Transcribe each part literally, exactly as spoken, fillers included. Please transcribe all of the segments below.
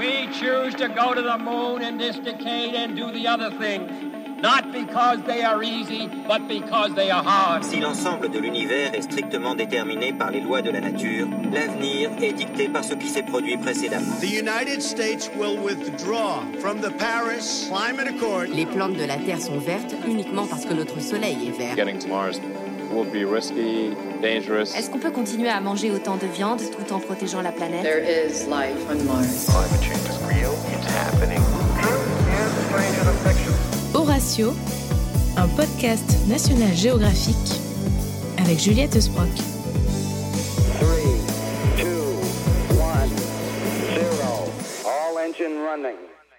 We choose to go to the moon in this decade and do the other things, not because they are easy, but because they are hard. Si l'ensemble de l'univers est strictement déterminé par les lois de la nature, l'avenir est dicté par ce qui s'est produit précédemment. The United States will withdraw from the Paris Climate Accord. Les plantes de la Terre sont vertes uniquement parce que notre soleil est vert. Getting to Mars will be risky, dangerous. Est-ce qu'on peut continuer à manger autant de viande tout en protégeant la planète? There is life on Mars. Climate change is real, it's happening. Horatio, un podcast National Geographic avec Juliette Sprock. three, two, one, zero. All engine running.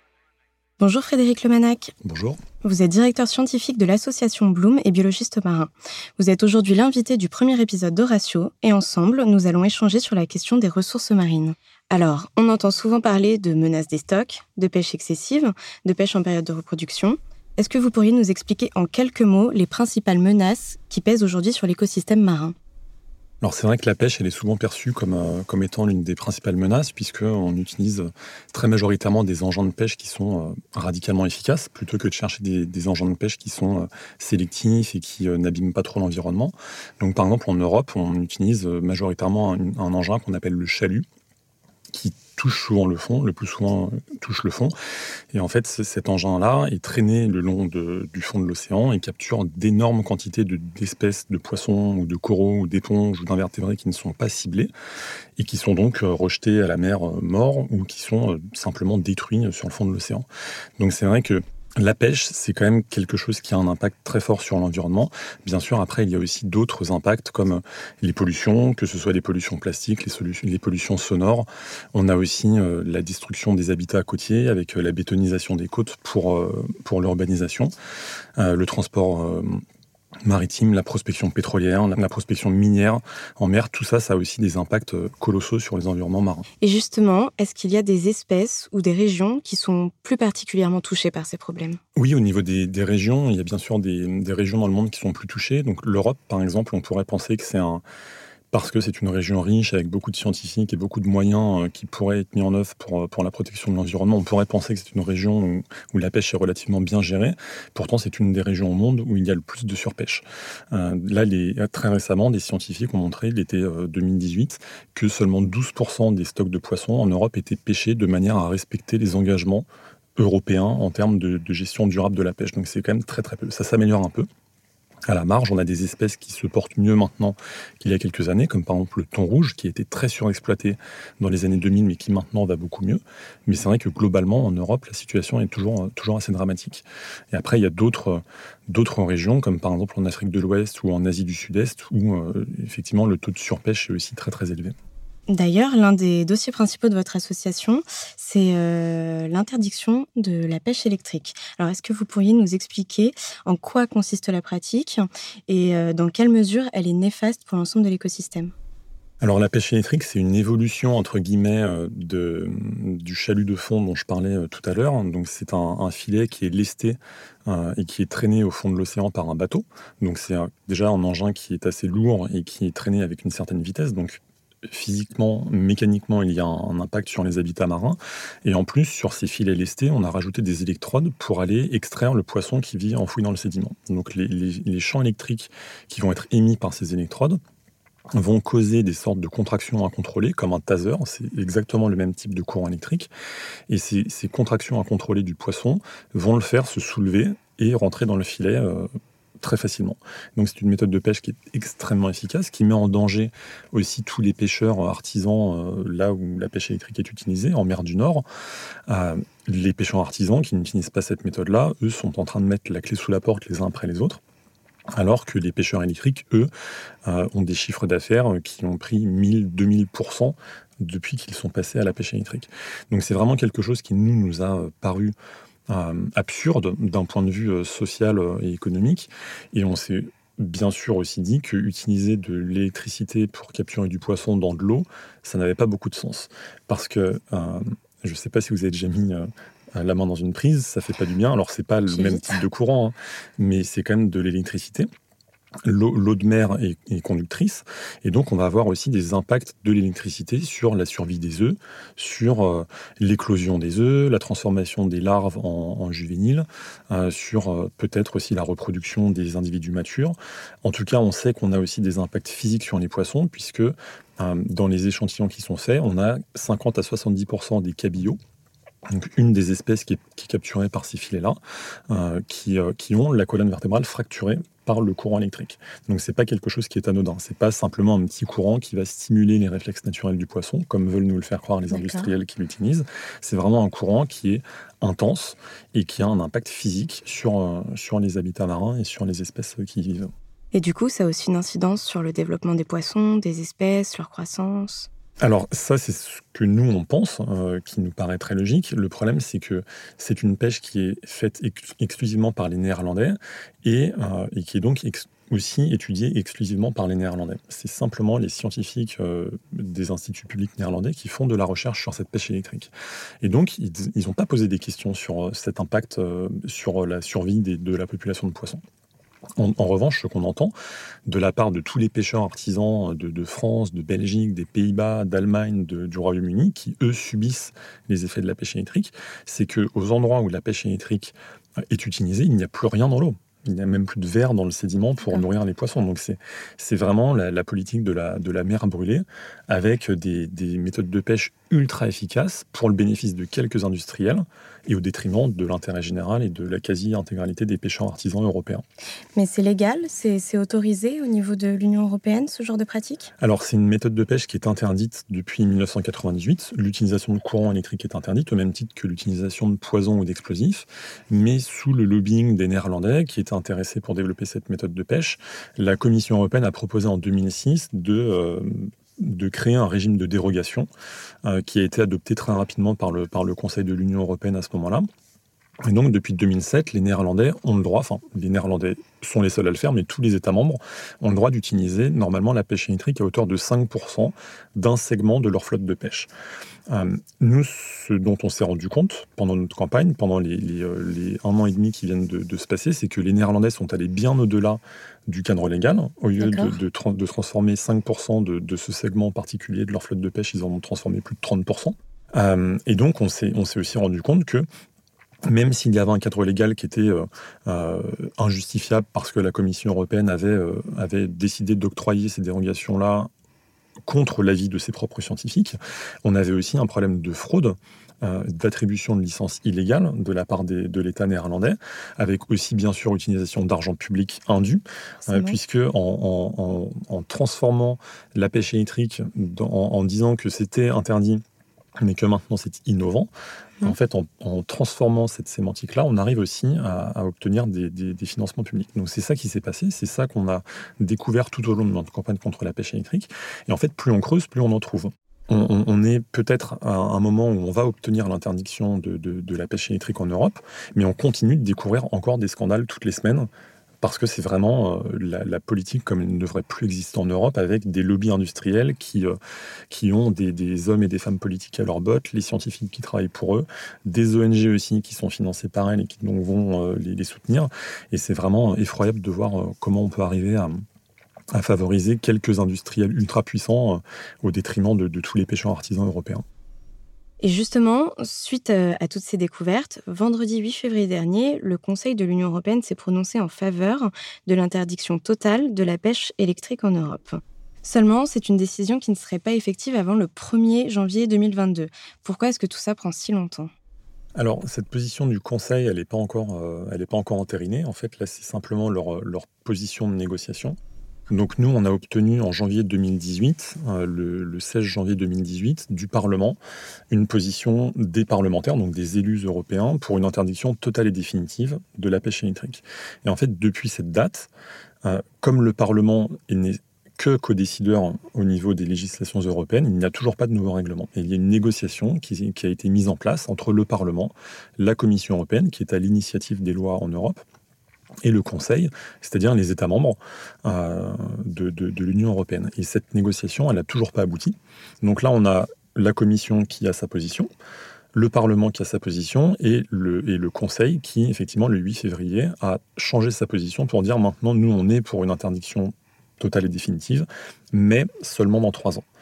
Bonjour Frédéric Lemanac. Bonjour. Vous êtes directeur scientifique de l'association Bloom et biologiste marin. Vous êtes aujourd'hui l'invité du premier épisode d'Horatio et ensemble, nous allons échanger sur la question des ressources marines. Alors, on entend souvent parler de menaces des stocks, de pêche excessive, de pêche en période de reproduction. Est-ce que vous pourriez nous expliquer en quelques mots les principales menaces qui pèsent aujourd'hui sur l'écosystème marin ? Alors c'est vrai que la pêche, elle est souvent perçue comme, euh, comme étant l'une des principales menaces, puisqu'on utilise très majoritairement des engins de pêche qui sont euh, radicalement efficaces, plutôt que de chercher des, des engins de pêche qui sont euh, sélectifs et qui euh, n'abîment pas trop l'environnement. Donc par exemple en Europe, on utilise majoritairement un, un engin qu'on appelle le chalut, qui touche souvent le fond, le plus souvent touche le fond. Et en fait, cet engin-là est traîné le long de, du fond de l'océan et capture d'énormes quantités de, d'espèces de poissons ou de coraux ou d'éponges ou d'invertébrés qui ne sont pas ciblés et qui sont donc rejetés à la mer morts ou qui sont simplement détruits sur le fond de l'océan. Donc c'est vrai que la pêche, c'est quand même quelque chose qui a un impact très fort sur l'environnement. Bien sûr, après, il y a aussi d'autres impacts comme les pollutions, que ce soit les pollutions plastiques, les, solu- les pollutions sonores. On a aussi euh, la destruction des habitats côtiers avec euh, la bétonisation des côtes pour, euh, pour l'urbanisation, euh, le transport euh, maritime, la prospection pétrolière, la, la prospection minière en mer. Tout ça, ça a aussi des impacts colossaux sur les environnements marins. Et justement, est-ce qu'il y a des espèces ou des régions qui sont plus particulièrement touchées par ces problèmes ? Oui, au niveau des, des régions, il y a bien sûr des, des régions dans le monde qui sont plus touchées. Donc l'Europe, par exemple, on pourrait penser que c'est un... parce que c'est une région riche avec beaucoup de scientifiques et beaucoup de moyens qui pourraient être mis en œuvre pour, pour la protection de l'environnement. On pourrait penser que c'est une région où, où la pêche est relativement bien gérée. Pourtant, c'est une des régions au monde où il y a le plus de surpêche. Euh, là, les, très récemment, des scientifiques ont montré, l'été deux mille dix-huit, que seulement douze pour cent des stocks de poissons en Europe étaient pêchés de manière à respecter les engagements européens en termes de, de gestion durable de la pêche. Donc c'est quand même très très peu. Ça s'améliore un peu. À la marge, on a des espèces qui se portent mieux maintenant qu'il y a quelques années, comme par exemple le thon rouge, qui a été très surexploité dans les années deux mille, mais qui maintenant va beaucoup mieux. Mais c'est vrai que globalement, en Europe, la situation est toujours, toujours assez dramatique. Et après, il y a d'autres, d'autres régions, comme par exemple en Afrique de l'Ouest ou en Asie du Sud-Est, où euh, effectivement le taux de surpêche est aussi très très élevé. D'ailleurs, l'un des dossiers principaux de votre association, c'est euh, l'interdiction de la pêche électrique. Alors, est-ce que vous pourriez nous expliquer en quoi consiste la pratique et euh, dans quelle mesure elle est néfaste pour l'ensemble de l'écosystème ? Alors la pêche électrique, c'est une évolution entre guillemets de, du chalut de fond dont je parlais tout à l'heure. Donc c'est un, un filet qui est lesté euh, et qui est traîné au fond de l'océan par un bateau. Donc c'est un, déjà un engin qui est assez lourd et qui est traîné avec une certaine vitesse. Donc physiquement, mécaniquement, il y a un, un impact sur les habitats marins. Et en plus, sur ces filets lestés, on a rajouté des électrodes pour aller extraire le poisson qui vit enfoui dans le sédiment. Donc les, les, les champs électriques qui vont être émis par ces électrodes vont causer des sortes de contractions incontrôlées, comme un taser, c'est exactement le même type de courant électrique. Et ces, ces contractions incontrôlées du poisson vont le faire se soulever et rentrer dans le filet euh, très facilement. Donc c'est une méthode de pêche qui est extrêmement efficace, qui met en danger aussi tous les pêcheurs artisans euh, là où la pêche électrique est utilisée, en mer du Nord. Euh, les pêcheurs artisans qui n'utilisent pas cette méthode-là, eux, sont en train de mettre la clé sous la porte les uns après les autres. Alors que les pêcheurs électriques, eux, euh, ont des chiffres d'affaires qui ont pris mille, deux mille pour cent depuis qu'ils sont passés à la pêche électrique. Donc c'est vraiment quelque chose qui nous, nous a paru euh, absurde d'un point de vue euh, social et économique. Et on s'est bien sûr aussi dit qu'utiliser de l'électricité pour capturer du poisson dans de l'eau, ça n'avait pas beaucoup de sens. Parce que, euh, je ne sais pas si vous avez déjà mis... Euh, la main dans une prise, ça fait pas du bien. Alors c'est pas le même type de courant, hein, mais c'est quand même de l'électricité. L'eau, l'eau de mer est, est conductrice, et donc on va avoir aussi des impacts de l'électricité sur la survie des œufs, sur euh, l'éclosion des œufs, la transformation des larves en, en juvéniles, euh, sur euh, peut-être aussi la reproduction des individus matures. En tout cas, on sait qu'on a aussi des impacts physiques sur les poissons, puisque euh, dans les échantillons qui sont faits, on a cinquante à soixante-dix pour cent des cabillaud, donc une des espèces qui est, qui est capturée par ces filets-là, euh, qui, euh, qui ont la colonne vertébrale fracturée par le courant électrique. Donc c'est pas quelque chose qui est anodin, c'est pas simplement un petit courant qui va stimuler les réflexes naturels du poisson, comme veulent nous le faire croire les D'accord. industriels qui l'utilisent. C'est vraiment un courant qui est intense et qui a un impact physique sur, euh, sur les habitats marins et sur les espèces qui y vivent. Et du coup, ça a aussi une incidence sur le développement des poissons, des espèces, leur croissance. Alors ça, c'est ce que nous, on pense, euh, qui nous paraît très logique. Le problème, c'est que c'est une pêche qui est faite ex- exclusivement par les Néerlandais et, euh, et qui est donc ex- aussi étudiée exclusivement par les Néerlandais. C'est simplement les scientifiques euh, des instituts publics néerlandais qui font de la recherche sur cette pêche électrique. Et donc, ils n'ont pas posé des questions sur cet impact euh, sur la survie des, de la population de poissons. En, en revanche, ce qu'on entend de la part de tous les pêcheurs artisans de, de France, de Belgique, des Pays-Bas, d'Allemagne, de, du Royaume-Uni, qui eux subissent les effets de la pêche électrique, c'est qu'aux endroits où la pêche électrique est utilisée, il n'y a plus rien dans l'eau. Il n'y a même plus de verre dans le sédiment pour nourrir les poissons. Donc c'est, c'est vraiment la, la politique de la, de la mer brûlée, avec des, des méthodes de pêche ultra efficaces pour le bénéfice de quelques industriels et au détriment de l'intérêt général et de la quasi-intégralité des pêcheurs artisans européens. Mais c'est légal, c'est, c'est autorisé au niveau de l'Union européenne, ce genre de pratique ? Alors, c'est une méthode de pêche qui est interdite depuis dix-neuf cent quatre-vingt-dix-huit. L'utilisation de courant électrique est interdite, au même titre que l'utilisation de poisons ou d'explosifs. Mais sous le lobbying des Néerlandais, qui étaient intéressés pour développer cette méthode de pêche, la Commission européenne a proposé en deux mille six de... Euh, de créer un régime de dérogation euh, qui a été adopté très rapidement par le, par le Conseil de l'Union européenne à ce moment-là. Et donc, depuis deux mille sept, les Néerlandais ont le droit, enfin, les Néerlandais sont les seuls à le faire, mais tous les États membres ont le droit d'utiliser normalement la pêche électrique à hauteur de cinq pour cent d'un segment de leur flotte de pêche. Euh, nous, ce dont on s'est rendu compte pendant notre campagne, pendant les, les, les un an et demi qui viennent de, de se passer, c'est que les Néerlandais sont allés bien au-delà du cadre légal. Au lieu de, de, tra- de transformer cinq pour cent de, de ce segment particulier de leur flotte de pêche, ils en ont transformé plus de trente pour cent. Euh, et donc, on s'est, on s'est aussi rendu compte que même s'il y avait un cadre légal qui était euh, euh, injustifiable parce que la Commission européenne avait, euh, avait décidé d'octroyer ces dérogations-là contre l'avis de ses propres scientifiques, on avait aussi un problème de fraude, euh, d'attribution de licences illégales de la part des, de l'État néerlandais, avec aussi bien sûr utilisation d'argent public indu, euh, puisque en, en, en, en transformant la pêche électrique, dans, en, en disant que c'était interdit, mais que maintenant c'est innovant, mmh. en fait, en, en transformant cette sémantique-là, on arrive aussi à, à obtenir des, des, des financements publics. Donc c'est ça qui s'est passé, c'est ça qu'on a découvert tout au long de notre campagne contre la pêche électrique. Et en fait, plus on creuse, plus on en trouve. On, on, on est peut-être à un moment où on va obtenir l'interdiction de, de, de la pêche électrique en Europe, mais on continue de découvrir encore des scandales toutes les semaines, parce que c'est vraiment euh, la, la politique comme elle ne devrait plus exister en Europe, avec des lobbies industriels qui, euh, qui ont des, des hommes et des femmes politiques à leur botte, les scientifiques qui travaillent pour eux, des O N G aussi qui sont financés par elles et qui donc vont euh, les, les soutenir. Et c'est vraiment effroyable de voir euh, comment on peut arriver à, à favoriser quelques industriels ultra puissants euh, au détriment de, de tous les pêcheurs artisans européens. Et justement, suite à toutes ces découvertes, vendredi huit février dernier, le Conseil de l'Union européenne s'est prononcé en faveur de l'interdiction totale de la pêche électrique en Europe. Seulement, c'est une décision qui ne serait pas effective avant le premier janvier deux mille vingt-deux. Pourquoi est-ce que tout ça prend si longtemps ? Alors, cette position du Conseil, elle n'est pas encore, euh, elle n'est pas encore entérinée. En fait, là, c'est simplement leur, leur position de négociation. Donc nous, on a obtenu en janvier deux mille dix-huit, euh, le, le seize janvier deux mille dix-huit, du Parlement, une position des parlementaires, donc des élus européens, pour une interdiction totale et définitive de la pêche électrique. Et en fait, depuis cette date, euh, comme le Parlement n'est que codécideur au niveau des législations européennes, il n'y a toujours pas de nouveau règlement. Et il y a une négociation qui, qui a été mise en place entre le Parlement, la Commission européenne, qui est à l'initiative des lois en Europe, et le Conseil, c'est-à-dire les États membres euh, de, de, de l'Union européenne. Et cette négociation, elle n'a toujours pas abouti. Donc là, on a la Commission qui a sa position, le Parlement qui a sa position et le, et le Conseil qui, effectivement, le huit février, a changé sa position pour dire maintenant, nous, on est pour une interdiction totale et définitive, mais seulement dans trois ans.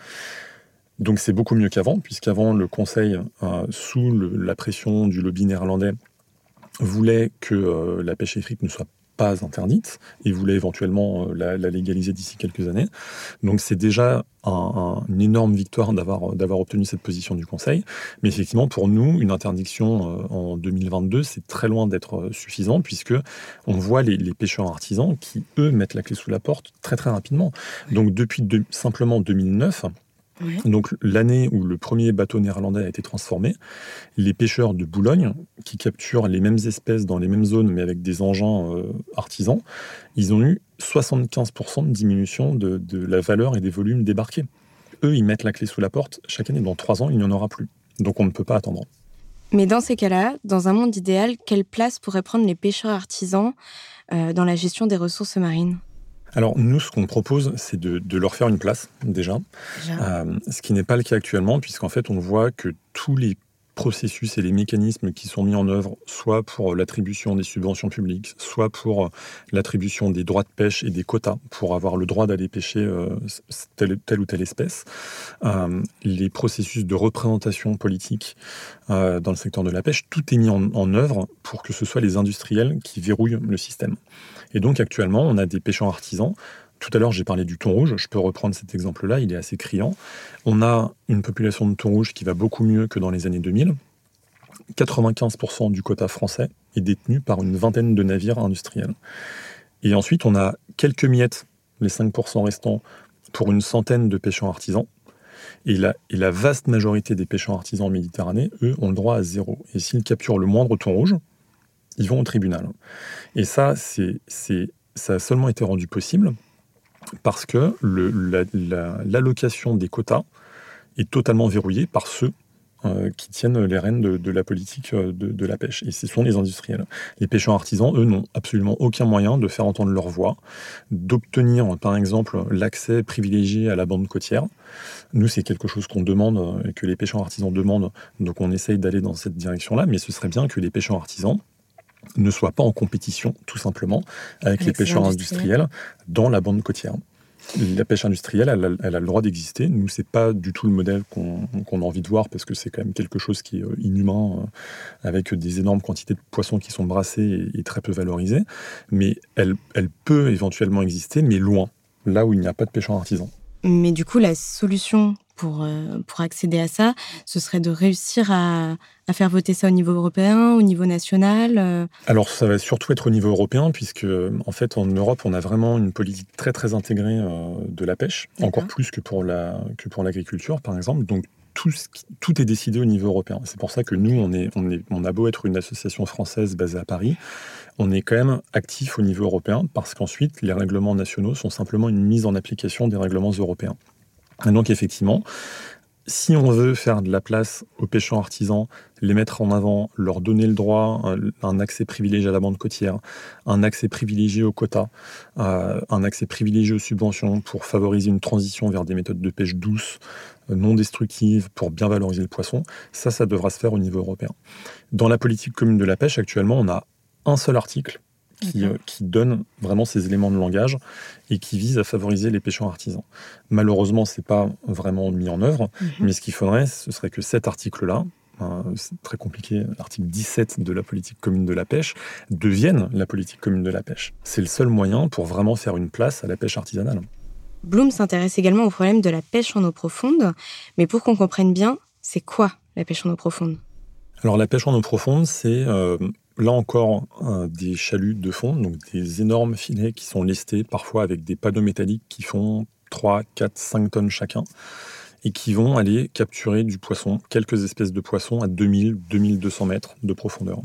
Donc c'est beaucoup mieux qu'avant, puisqu'avant, le Conseil, euh, sous le, la pression du lobby néerlandais, voulait que euh, la pêche électrique ne soit pas interdite et voulait éventuellement euh, la, la légaliser d'ici quelques années. Donc c'est déjà un, un, une énorme victoire d'avoir, d'avoir obtenu cette position du Conseil. Mais effectivement, pour nous, une interdiction euh, en deux mille vingt-deux, c'est très loin d'être euh, suffisant, puisque on voit les, les pêcheurs artisans qui, eux, mettent la clé sous la porte très très rapidement. Donc depuis de, simplement deux mille neuf, oui. Donc l'année où le premier bateau néerlandais a été transformé, les pêcheurs de Boulogne, qui capturent les mêmes espèces dans les mêmes zones mais avec des engins euh, artisans, ils ont eu soixante-quinze pour cent de diminution de, de la valeur et des volumes débarqués. Eux, ils mettent la clé sous la porte chaque année. Dans trois ans, il n'y en aura plus. Donc on ne peut pas attendre. Mais dans ces cas-là, dans un monde idéal, quelle place pourraient prendre les pêcheurs artisans euh, dans la gestion des ressources marines ? Alors nous, ce qu'on propose, c'est de, de leur faire une place, déjà. déjà. Euh, ce qui n'est pas le cas actuellement, puisqu'en fait, on voit que tous les processus et les mécanismes qui sont mis en œuvre, soit pour l'attribution des subventions publiques, soit pour l'attribution des droits de pêche et des quotas, pour avoir le droit d'aller pêcher euh, telle, telle ou telle espèce, euh, les processus de représentation politique euh, dans le secteur de la pêche, tout est mis en, en œuvre pour que ce soit les industriels qui verrouillent le système. Et donc actuellement, on a des pêcheurs artisans. Tout à l'heure, j'ai parlé du thon rouge. Je peux reprendre cet exemple-là, il est assez criant. On a une population de thon rouge qui va beaucoup mieux que dans les années deux mille. quatre-vingt-quinze pour cent du quota français est détenu par une vingtaine de navires industriels. Et ensuite, on a quelques miettes, les cinq pour cent restants, pour une centaine de pêcheurs artisans. Et la, et la vaste majorité des pêcheurs artisans en Méditerranée, eux, ont le droit à zéro. Et s'ils capturent le moindre thon rouge, ils vont au tribunal. Et ça, c'est, c'est, ça a seulement été rendu possible parce que le, la, la, l'allocation des quotas est totalement verrouillée par ceux euh, qui tiennent les rênes de, de la politique de, de la pêche. Et ce sont les industriels. Les pêcheurs artisans, eux, n'ont absolument aucun moyen de faire entendre leur voix, d'obtenir, par exemple, l'accès privilégié à la bande côtière. Nous, c'est quelque chose qu'on demande et que les pêcheurs artisans demandent, donc on essaye d'aller dans cette direction-là, mais ce serait bien que les pêcheurs artisans ne soient pas en compétition, tout simplement, avec, avec les pêcheurs industriels. industriels dans la bande côtière. La pêche industrielle, elle a, elle a le droit d'exister. Nous, c'est pas du tout le modèle qu'on, qu'on a envie de voir, parce que c'est quand même quelque chose qui est inhumain, euh, avec des énormes quantités de poissons qui sont brassés et, et très peu valorisés. Mais elle, elle peut éventuellement exister, mais loin, là où il n'y a pas de pêcheurs artisans. Mais du coup, la solution pour, euh, pour accéder à ça, ce serait de réussir à, à faire voter ça au niveau européen, au niveau national euh... Alors, ça va surtout être au niveau européen, puisque, en fait, en Europe, on a vraiment une politique très, très intégrée euh, de la pêche, D'accord. encore plus que pour, la, que pour l'agriculture, par exemple. Donc, tout, ce qui, tout est décidé au niveau européen. C'est pour ça que nous, on, est, on, est, on a beau être une association française basée à Paris, on est quand même actif au niveau européen, parce qu'ensuite, les règlements nationaux sont simplement une mise en application des règlements européens. Et donc, effectivement, si on veut faire de la place aux pêcheurs artisans, les mettre en avant, leur donner le droit, un, un accès privilégié à la bande côtière, un accès privilégié aux quotas, euh, un accès privilégié aux subventions pour favoriser une transition vers des méthodes de pêche douces, non destructives, pour bien valoriser le poisson, ça, ça devra se faire au niveau européen. Dans la politique commune de la pêche, actuellement, on a un seul article Qui, euh, qui donne vraiment ces éléments de langage et qui vise à favoriser les pêcheurs artisans. Malheureusement, ce n'est pas vraiment mis en œuvre, mmh. mais ce qu'il faudrait, ce serait que cet article-là, euh, c'est très compliqué, l'article dix-sept de la politique commune de la pêche, devienne la politique commune de la pêche. C'est le seul moyen pour vraiment faire une place à la pêche artisanale. Bloom s'intéresse également au problème de la pêche en eau profonde, mais pour qu'on comprenne bien, c'est quoi la pêche en eau profonde ? Alors la pêche en eau profonde, c'est... Euh, Là encore, euh, des chaluts de fond, donc des énormes filets qui sont lestés, parfois avec des panneaux métalliques qui font trois, quatre, cinq tonnes chacun, et qui vont aller capturer du poisson, quelques espèces de poissons à deux mille, deux mille deux cents mètres de profondeur.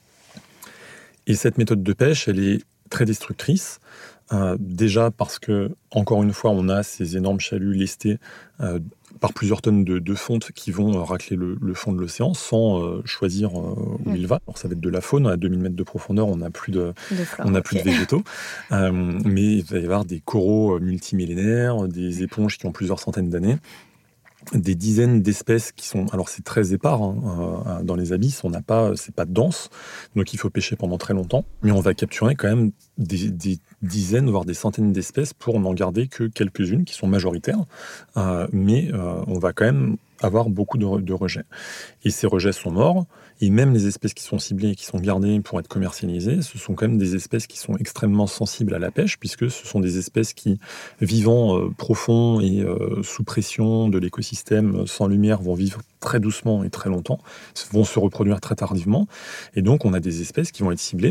Et cette méthode de pêche, elle est très destructrice, euh, déjà parce que, encore une fois, on a ces énormes chaluts lestés euh, par plusieurs tonnes de, de fonte qui vont euh, racler le, le fond de l'océan sans euh, choisir euh, où oui. il va. Alors ça va être de la faune, à deux mille mètres de profondeur, on n'a plus de, de, flore, on n'a okay. plus de végétaux. Euh, mais il va y avoir des coraux multimillénaires, des éponges qui ont plusieurs centaines d'années. des dizaines d'espèces qui sont... Alors, c'est très épars hein, euh, dans les abysses, on n'a pas, c'est pas dense, donc il faut pêcher pendant très longtemps. Mais on va capturer quand même des, des dizaines, voire des centaines d'espèces pour n'en garder que quelques-unes qui sont majoritaires. Euh, mais euh, on va quand même avoir beaucoup de, re- de rejets. Et ces rejets sont morts, et même les espèces qui sont ciblées et qui sont gardées pour être commercialisées, ce sont quand même des espèces qui sont extrêmement sensibles à la pêche, puisque ce sont des espèces qui, vivant euh, profond et euh, sous pression de l'écosystème, sans lumière, vont vivre très doucement et très longtemps, vont se reproduire très tardivement, et donc on a des espèces qui vont être ciblées,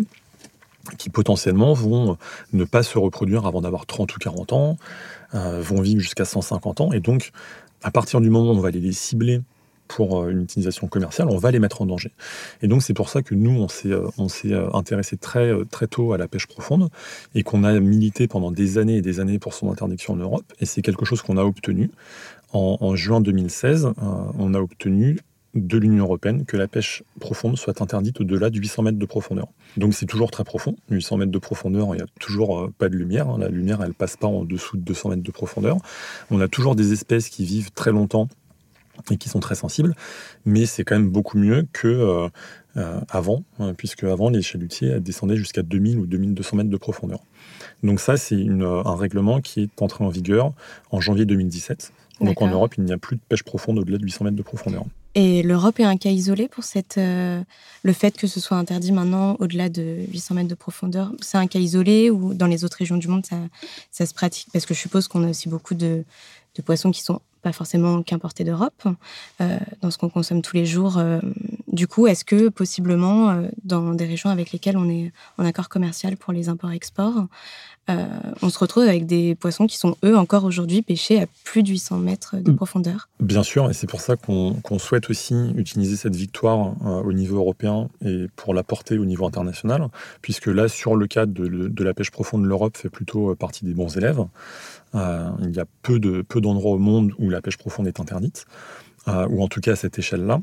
qui potentiellement vont ne pas se reproduire avant d'avoir trente ou quarante ans, euh, vont vivre jusqu'à cent cinquante ans, et donc à partir du moment où on va les cibler pour une utilisation commerciale, on va les mettre en danger. Et donc c'est pour ça que nous, on s'est, on s'est intéressé très, très tôt à la pêche profonde et qu'on a milité pendant des années et des années pour son interdiction en Europe. Et c'est quelque chose qu'on a obtenu. En, en juin deux mille seize, euh, on a obtenu de l'Union européenne que la pêche profonde soit interdite au-delà de huit cents mètres de profondeur. Donc c'est toujours très profond. huit cents mètres de profondeur, il n'y a toujours euh, pas de lumière. Hein. La lumière, elle ne passe pas en dessous de deux cents mètres de profondeur. On a toujours des espèces qui vivent très longtemps et qui sont très sensibles, mais c'est quand même beaucoup mieux que euh, euh, avant, hein, puisque avant les chalutiers descendaient jusqu'à deux mille ou deux mille deux cents mètres de profondeur. Donc ça, c'est une, un règlement qui est entré en vigueur en janvier deux mille dix-sept. Donc D'accord. En Europe, il n'y a plus de pêche profonde au-delà de huit cents mètres de profondeur. Et l'Europe est un cas isolé pour cette, euh, le fait que ce soit interdit maintenant au-delà de huit cents mètres de profondeur. C'est un cas isolé ou dans les autres régions du monde, ça, ça se pratique? Parce que je suppose qu'on a aussi beaucoup de, de poissons qui sont pas forcément qu'importés d'Europe, euh, dans ce qu'on consomme tous les jours. Euh, du coup, est-ce que possiblement, euh, dans des régions avec lesquelles on est en accord commercial pour les imports-exports, euh, on se retrouve avec des poissons qui sont, eux, encore aujourd'hui pêchés à plus de huit cents mètres de profondeur? Bien sûr, et c'est pour ça qu'on, qu'on souhaite aussi utiliser cette victoire euh, au niveau européen et pour la porter au niveau international, puisque là, sur le cadre de, de la pêche profonde, l'Europe fait plutôt partie des bons élèves. Euh, il y a peu, de, peu d'endroits au monde où la pêche profonde est interdite, euh, ou en tout cas à cette échelle-là.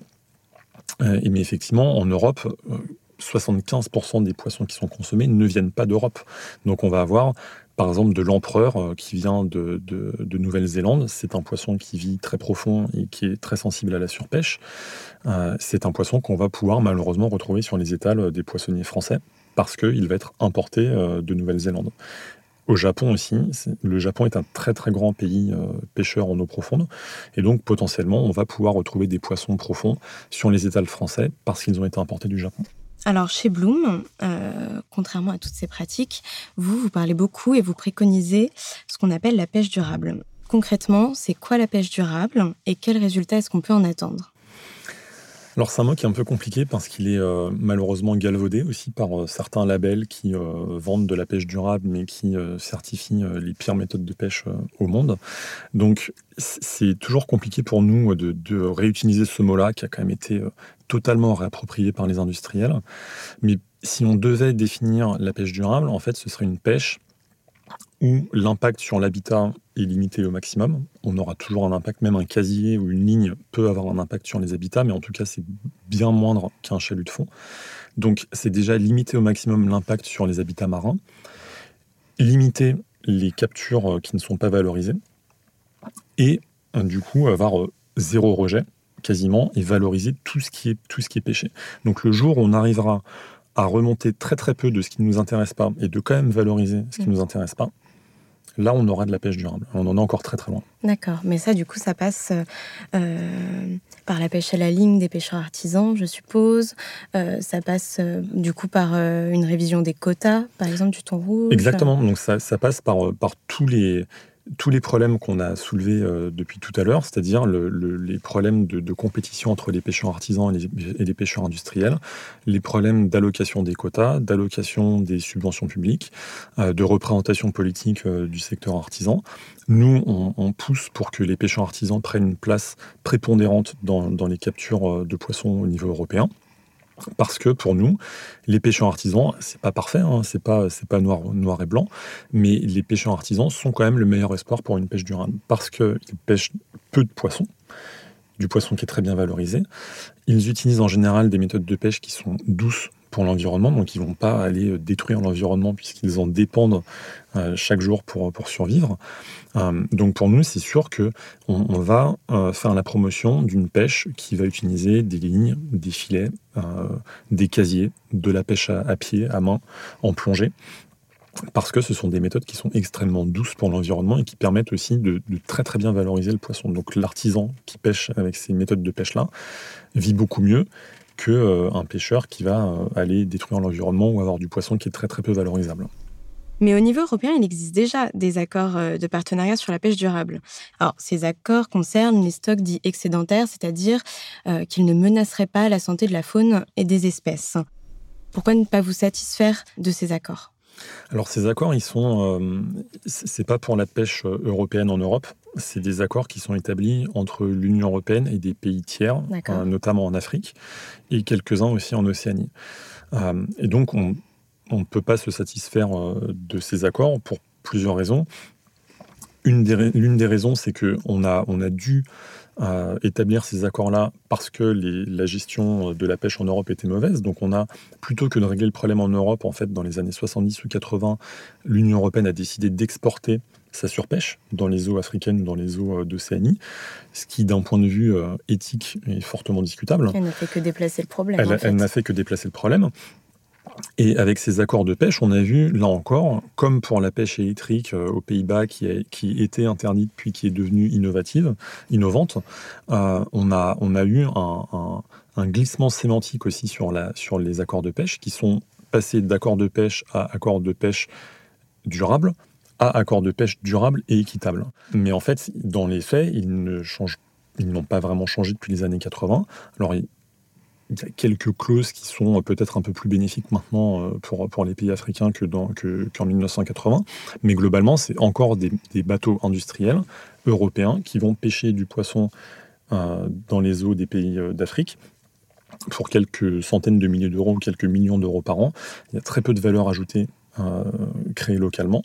Euh, mais effectivement, en Europe, euh, soixante-quinze pour cent des poissons qui sont consommés ne viennent pas d'Europe. Donc on va avoir, par exemple, de l'empereur euh, qui vient de, de, de Nouvelle-Zélande. C'est un poisson qui vit très profond et qui est très sensible à la surpêche. Euh, c'est un poisson qu'on va pouvoir malheureusement retrouver sur les étals des poissonniers français parce qu'il va être importé euh, de Nouvelle-Zélande. Au Japon aussi, c'est, le Japon est un très très grand pays euh, pêcheur en eau profonde, et donc potentiellement on va pouvoir retrouver des poissons profonds sur les étals français parce qu'ils ont été importés du Japon. Alors chez Bloom, euh, contrairement à toutes ces pratiques, vous, vous parlez beaucoup et vous préconisez ce qu'on appelle la pêche durable. Concrètement, c'est quoi la pêche durable et quels résultats est-ce qu'on peut en attendre ? Alors c'est un mot qui est un peu compliqué parce qu'il est euh, malheureusement galvaudé aussi par euh, certains labels qui euh, vendent de la pêche durable mais qui euh, certifient euh, les pires méthodes de pêche euh, au monde. Donc c'est toujours compliqué pour nous de, de réutiliser ce mot-là qui a quand même été euh, totalement réapproprié par les industriels. Mais si on devait définir la pêche durable, en fait ce serait une pêche où l'impact sur l'habitat est limité au maximum. On aura toujours un impact, même un casier ou une ligne peut avoir un impact sur les habitats, mais en tout cas, c'est bien moindre qu'un chalut de fond. Donc, c'est déjà limiter au maximum l'impact sur les habitats marins, limiter les captures qui ne sont pas valorisées, et du coup, avoir zéro rejet, quasiment, et valoriser tout ce qui est, tout ce qui est pêché. Donc, le jour où on arrivera à remonter très très peu de ce qui ne nous intéresse pas, et de quand même valoriser ce qui ne nous intéresse pas, là, on aura de la pêche durable. On en est encore très, très loin. D'accord. Mais ça, du coup, ça passe euh, par la pêche à la ligne des pêcheurs artisans, je suppose. Euh, ça passe, euh, du coup, par euh, une révision des quotas, par exemple, du thon rouge. Exactement. Donc, ça, ça passe par, par tous les... tous les problèmes qu'on a soulevés euh, depuis tout à l'heure, c'est-à-dire le, le, les problèmes de, de compétition entre les pêcheurs artisans et les, et les pêcheurs industriels, les problèmes d'allocation des quotas, d'allocation des subventions publiques, euh, de représentation politique euh, du secteur artisan. Nous, on, on pousse pour que les pêcheurs artisans prennent une place prépondérante dans, dans les captures de poissons au niveau européen. Parce que pour nous, les pêcheurs artisans, c'est pas parfait, hein, c'est pas, c'est pas noir, noir et blanc, mais les pêcheurs artisans sont quand même le meilleur espoir pour une pêche durable. Parce qu'ils pêchent peu de poissons, du poisson qui est très bien valorisé. Ils utilisent en général des méthodes de pêche qui sont douces pour l'environnement, donc ils ne vont pas aller détruire l'environnement puisqu'ils en dépendent euh, chaque jour pour, pour survivre. Euh, donc pour nous, c'est sûr qu'on on va euh, faire la promotion d'une pêche qui va utiliser des lignes, des filets, euh, des casiers, de la pêche à, à pied, à main, en plongée, parce que ce sont des méthodes qui sont extrêmement douces pour l'environnement et qui permettent aussi de, de très très bien valoriser le poisson. Donc l'artisan qui pêche avec ces méthodes de pêche-là vit beaucoup mieux qu'un euh, pêcheur qui va euh, aller détruire l'environnement ou avoir du poisson qui est très très peu valorisable. Mais au niveau européen, il existe déjà des accords de partenariat sur la pêche durable. Alors, ces accords concernent les stocks dits excédentaires, c'est-à-dire euh, qu'ils ne menaceraient pas la santé de la faune et des espèces. Pourquoi ne pas vous satisfaire de ces accords ? Alors, ces accords, ils sont, euh, c'est pas pour la pêche européenne en Europe. C'est des accords qui sont établis entre l'Union européenne et des pays tiers, euh, notamment en Afrique, et quelques-uns aussi en Océanie. Euh, et donc, on on ne peut pas se satisfaire euh, de ces accords pour plusieurs raisons. Une des, l'une des raisons, c'est qu'on a, on a dû euh, établir ces accords-là parce que les, la gestion de la pêche en Europe était mauvaise. Donc, on a, plutôt que de régler le problème en Europe, en fait, dans les années soixante-dix ou quatre-vingts, l'Union européenne a décidé d'exporter sa surpêche dans les eaux africaines, dans les eaux d'Océanie, ce qui, d'un point de vue euh, éthique, est fortement discutable. Elle n'a fait que déplacer le problème. Elle, en fait. elle n'a fait que déplacer le problème. Et avec ces accords de pêche, on a vu, là encore, comme pour la pêche électrique euh, aux Pays-Bas, qui, a, qui était interdite puis qui est devenue innovative, innovante, euh, on, a, on a eu un, un, un glissement sémantique aussi sur, la, sur les accords de pêche, qui sont passés d'accords de pêche à accords de pêche durables, à accords de pêche durables et équitables. Mais en fait, dans les faits, ils, ne changent, ils n'ont pas vraiment changé depuis les années quatre-vingts. Alors, il, Il y a quelques clauses qui sont peut-être un peu plus bénéfiques maintenant pour, pour les pays africains que dans, que, qu'en dix-neuf cent quatre-vingts. Mais globalement, c'est encore des, des bateaux industriels européens qui vont pêcher du poisson euh, dans les eaux des pays d'Afrique pour quelques centaines de milliers d'euros ou quelques millions d'euros par an. Il y a très peu de valeur ajoutée euh, créée localement.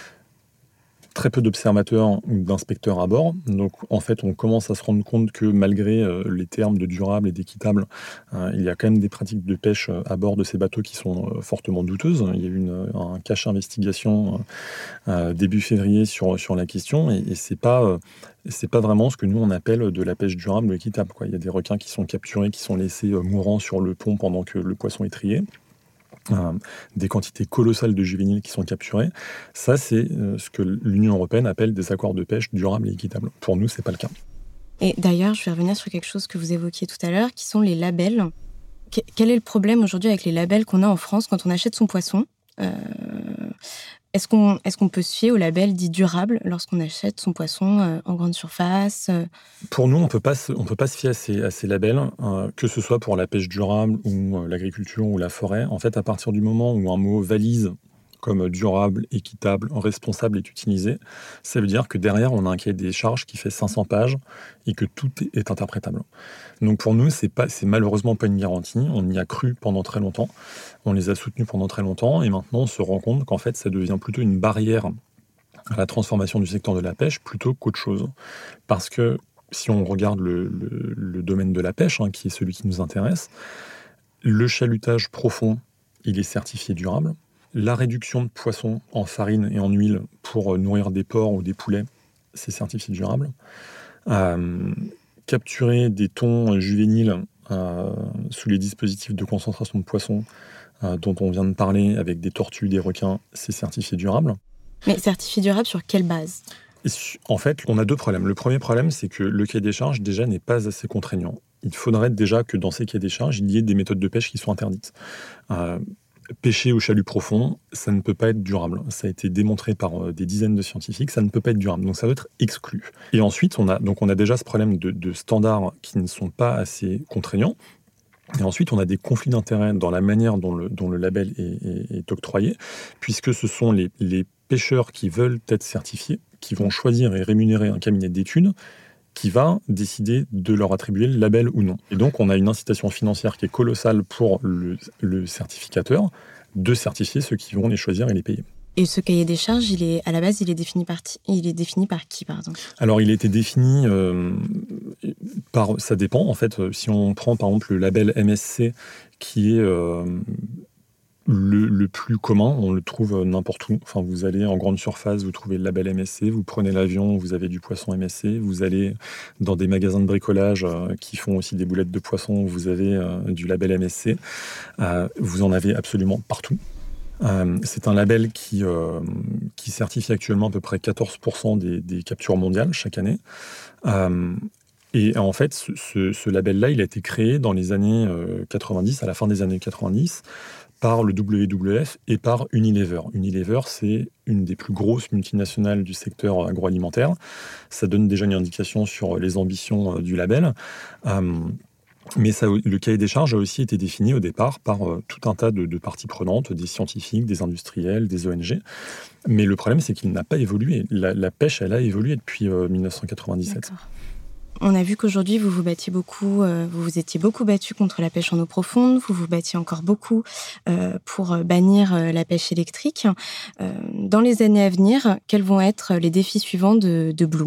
Très peu d'observateurs ou d'inspecteurs à bord. Donc, en fait, on commence à se rendre compte que malgré euh, les termes de durable et d'équitable, euh, il y a quand même des pratiques de pêche euh, à bord de ces bateaux qui sont euh, fortement douteuses. Il y a eu une, un cache investigation euh, début février sur, sur la question et, et c'est pas, euh, c'est pas vraiment ce que nous on appelle de la pêche durable ou équitable, quoi. Il y a des requins qui sont capturés, qui sont laissés euh, mourants sur le pont pendant que le poisson est trié. Euh, des quantités colossales de juvéniles qui sont capturés. Ça, c'est euh, ce que l'Union européenne appelle des accords de pêche durables et équitables. Pour nous, c'est pas le cas. Et d'ailleurs, je vais revenir sur quelque chose que vous évoquiez tout à l'heure, qui sont les labels. Qu- quel est le problème aujourd'hui avec les labels qu'on a en France quand on achète son poisson ? euh, Est-ce qu'on, est-ce qu'on peut se fier au label dit durable lorsqu'on achète son poisson euh, en grande surface euh... Pour nous, on peut pas se, on peut pas se fier à ces, à ces labels, euh, que ce soit pour la pêche durable ou euh, l'agriculture ou la forêt. En fait, à partir du moment où un mot valise comme durable, équitable, responsable est utilisé, ça veut dire que derrière, on a un cahier des charges qui fait cinq cents pages et que tout est interprétable. Donc pour nous, c'est pas, c'est malheureusement pas une garantie. On y a cru pendant très longtemps, on les a soutenus pendant très longtemps et maintenant on se rend compte qu'en fait, ça devient plutôt une barrière à la transformation du secteur de la pêche plutôt qu'autre chose. Parce que si on regarde le, le, le domaine de la pêche, hein, qui est celui qui nous intéresse, le chalutage profond, il est certifié durable. La réduction de poissons en farine et en huile pour nourrir des porcs ou des poulets, c'est certifié durable. Euh, capturer des thons juvéniles euh, sous les dispositifs de concentration de poissons euh, dont on vient de parler avec des tortues, des requins, c'est certifié durable. Mais certifié durable sur quelle base ? Et en fait, on a deux problèmes. Le premier problème, c'est que le cahier des charges, déjà, n'est pas assez contraignant. Il faudrait déjà que dans ces cahiers des charges, il y ait des méthodes de pêche qui soient interdites. Euh, Pêcher au chalut profond, ça ne peut pas être durable. Ça a été démontré par des dizaines de scientifiques, ça ne peut pas être durable. Donc ça doit être exclu. Et ensuite, on a, donc on a déjà ce problème de, de standards qui ne sont pas assez contraignants. Et ensuite, on a des conflits d'intérêts dans la manière dont le, dont le label est, est, est octroyé, puisque ce sont les, les pêcheurs qui veulent être certifiés, qui vont choisir et rémunérer un cabinet d'études qui va décider de leur attribuer le label ou non. Et donc, on a une incitation financière qui est colossale pour le, le certificateur de certifier ceux qui vont les choisir et les payer. Et ce cahier des charges, il est, à la base, il est défini par, il est défini par qui, pardon ? Alors, il a été défini euh, par... Ça dépend, en fait. Si on prend, par exemple, le label M S C, qui est euh, le, le plus commun, on le trouve n'importe où. Enfin, vous allez en grande surface, vous trouvez le label M S C, vous prenez l'avion, vous avez du poisson M S C, vous allez dans des magasins de bricolage euh, qui font aussi des boulettes de poisson, vous avez euh, du label M S C. Euh, vous en avez absolument partout. Euh, c'est un label qui, euh, qui certifie actuellement à peu près quatorze pour cent des, des captures mondiales chaque année. Euh, et en fait, ce, ce, ce label-là, il a été créé dans les années euh, quatre-vingt-dix, à la fin des années quatre-vingt-dix, par le W W F et par Unilever. Unilever, c'est une des plus grosses multinationales du secteur agroalimentaire. Ça donne déjà une indication sur les ambitions euh, du label. Euh, Mais ça, le cahier des charges a aussi été défini au départ par euh, tout un tas de, de parties prenantes, des scientifiques, des industriels, des O N G. Mais le problème, c'est qu'il n'a pas évolué. La, la pêche, elle a évolué depuis euh, dix-neuf cent quatre-vingt-dix-sept. D'accord. On a vu qu'aujourd'hui, vous vous battiez beaucoup, euh, vous vous étiez beaucoup battu contre la pêche en eau profonde, vous vous battiez encore beaucoup euh, pour bannir euh, la pêche électrique. Euh, dans les années à venir, quels vont être les défis suivants de, de Bloom ?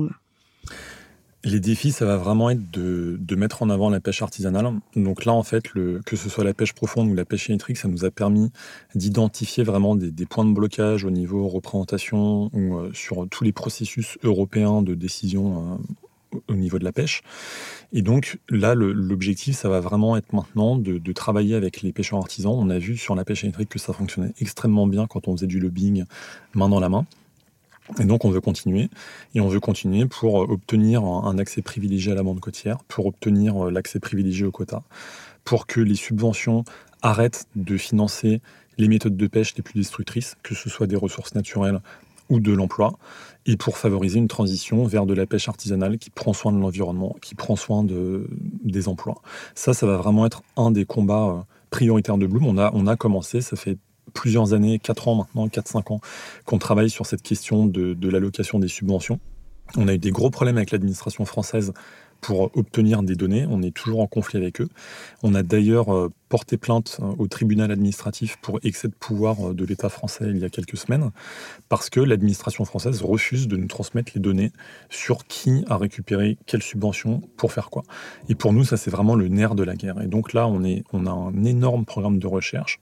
Les défis, ça va vraiment être de, de mettre en avant la pêche artisanale. Donc là, en fait, le, que ce soit la pêche profonde ou la pêche électrique, ça nous a permis d'identifier vraiment des, des points de blocage au niveau représentation ou euh, sur tous les processus européens de décision euh, au niveau de la pêche. Et donc là, le, l'objectif, ça va vraiment être maintenant de, de travailler avec les pêcheurs artisans. On a vu sur la pêche électrique que ça fonctionnait extrêmement bien quand on faisait du lobbying main dans la main. Et donc, on veut continuer. Et on veut continuer pour obtenir un accès privilégié à la bande côtière, pour obtenir l'accès privilégié aux quotas, pour que les subventions arrêtent de financer les méthodes de pêche les plus destructrices, que ce soit des ressources naturelles ou de l'emploi, et pour favoriser une transition vers de la pêche artisanale qui prend soin de l'environnement, qui prend soin de, des emplois. Ça, ça va vraiment être un des combats prioritaires de Bloom. On a, on a commencé, ça fait plusieurs années, quatre ans maintenant, quatre cinq ans, qu'on travaille sur cette question de, de l'allocation des subventions. On a eu des gros problèmes avec l'administration française pour obtenir des données. On est toujours en conflit avec eux. On a d'ailleurs euh, porté plainte euh, au tribunal administratif pour excès de pouvoir euh, de l'État français il y a quelques semaines, parce que l'administration française refuse de nous transmettre les données sur qui a récupéré quelle subvention pour faire quoi. Et pour nous, ça, c'est vraiment le nerf de la guerre. Et donc là, on, est, on a un énorme programme de recherche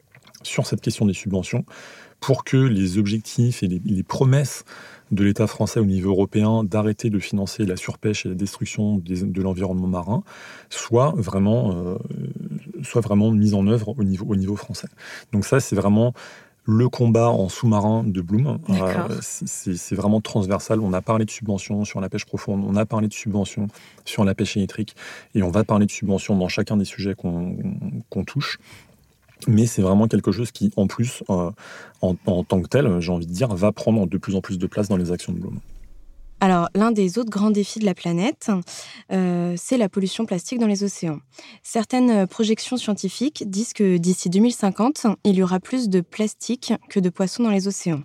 sur cette question des subventions pour que les objectifs et les, les promesses de l'État français au niveau européen d'arrêter de financer la surpêche et la destruction des, de l'environnement marin soient vraiment, euh, soient vraiment mises en œuvre au niveau, au niveau français. Donc ça, c'est vraiment le combat en sous-marin de Bloom. Euh, c'est, c'est vraiment transversal. On a parlé de subventions sur la pêche profonde, on a parlé de subventions sur la pêche électrique, et on va parler de subventions dans chacun des sujets qu'on, qu'on touche. Mais c'est vraiment quelque chose qui, en plus, euh, en, en tant que tel, j'ai envie de dire, va prendre de plus en plus de place dans les actions de Bloom. Alors, l'un des autres grands défis de la planète, euh, c'est la pollution plastique dans les océans. Certaines projections scientifiques disent que d'ici deux mille cinquante, il y aura plus de plastique que de poissons dans les océans.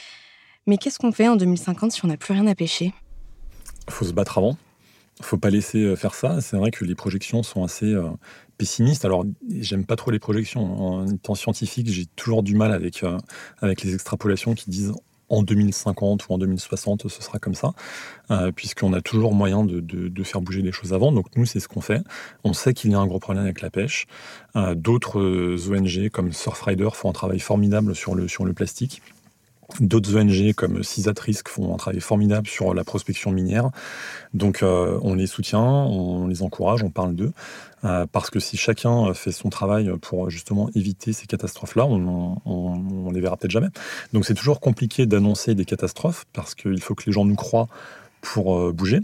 Mais qu'est-ce qu'on fait en deux mille cinquante si on n'a plus rien à pêcher ? Il faut se battre avant. Il ne faut pas laisser faire ça. C'est vrai que les projections sont assez euh, pessimistes. Alors, j'aime pas trop les projections. En étant scientifique, j'ai toujours du mal avec, euh, avec les extrapolations qui disent en deux mille cinquante ou en deux mille soixante, ce sera comme ça, euh, puisqu'on a toujours moyen de, de, de faire bouger les choses avant. Donc nous, c'est ce qu'on fait. On sait qu'il y a un gros problème avec la pêche. Euh, d'autres euh, O N G comme Surfrider font un travail formidable sur le, sur le plastique. D'autres O N G comme CISAT Risk font un travail formidable sur la prospection minière. Donc euh, on les soutient, on les encourage, on parle d'eux. Euh, parce que si chacun fait son travail pour justement éviter ces catastrophes-là, on, on, on les verra peut-être jamais. Donc c'est toujours compliqué d'annoncer des catastrophes parce qu'il faut que les gens nous croient pour euh, bouger.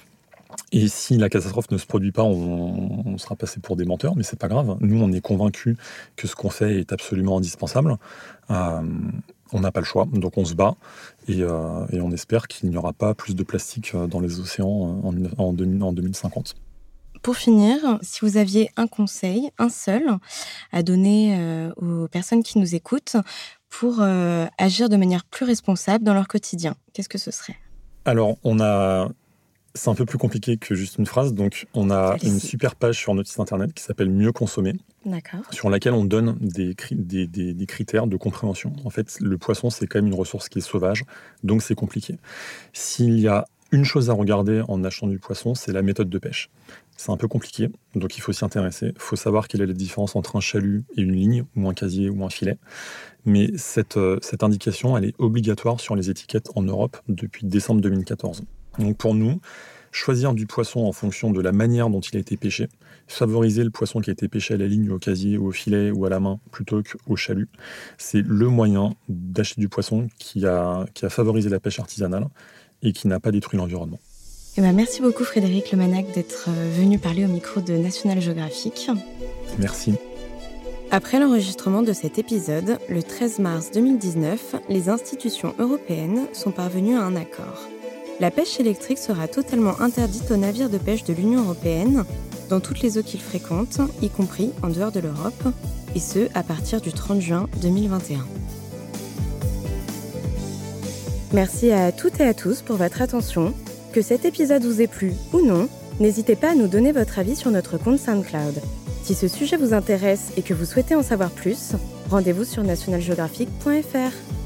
Et si la catastrophe ne se produit pas, on, on sera passé pour des menteurs, mais c'est pas grave. Nous, on est convaincus que ce qu'on fait est absolument indispensable. Euh, on n'a pas le choix, donc on se bat et, euh, et on espère qu'il n'y aura pas plus de plastique dans les océans en, en, deux mille cinquante. Pour finir, si vous aviez un conseil, un seul, à donner euh, aux personnes qui nous écoutent pour euh, agir de manière plus responsable dans leur quotidien, qu'est-ce que ce serait ? Alors, on a c'est un peu plus compliqué que juste une phrase. Donc, on a Allez-y. une super page sur notre site internet qui s'appelle Mieux consommer, D'accord. sur laquelle on donne des, cri- des, des, des critères de compréhension. En fait, le poisson, c'est quand même une ressource qui est sauvage, donc c'est compliqué. S'il y a une chose à regarder en achetant du poisson, c'est la méthode de pêche. C'est un peu compliqué, donc il faut s'y intéresser. Il faut savoir quelle est la différence entre un chalut et une ligne, ou un casier, ou un filet. Mais cette, euh, cette indication, elle est obligatoire sur les étiquettes en Europe depuis décembre deux mille quatorze. Donc pour nous, choisir du poisson en fonction de la manière dont il a été pêché, favoriser le poisson qui a été pêché à la ligne, au casier, au filet ou à la main plutôt qu'au chalut, c'est le moyen d'acheter du poisson qui a, qui a favorisé la pêche artisanale et qui n'a pas détruit l'environnement. Eh ben, merci beaucoup Frédéric Lemanac d'être venu parler au micro de National Geographic. Merci. Après l'enregistrement de cet épisode, le treize mars deux mille dix-neuf, les institutions européennes sont parvenues à un accord. La pêche électrique sera totalement interdite aux navires de pêche de l'Union européenne, dans toutes les eaux qu'ils fréquentent, y compris en dehors de l'Europe, et ce, à partir du trente juin deux mille vingt et un. Merci à toutes et à tous pour votre attention. Que cet épisode vous ait plu ou non, n'hésitez pas à nous donner votre avis sur notre compte SoundCloud. Si ce sujet vous intéresse et que vous souhaitez en savoir plus, rendez-vous sur national geographic point f r.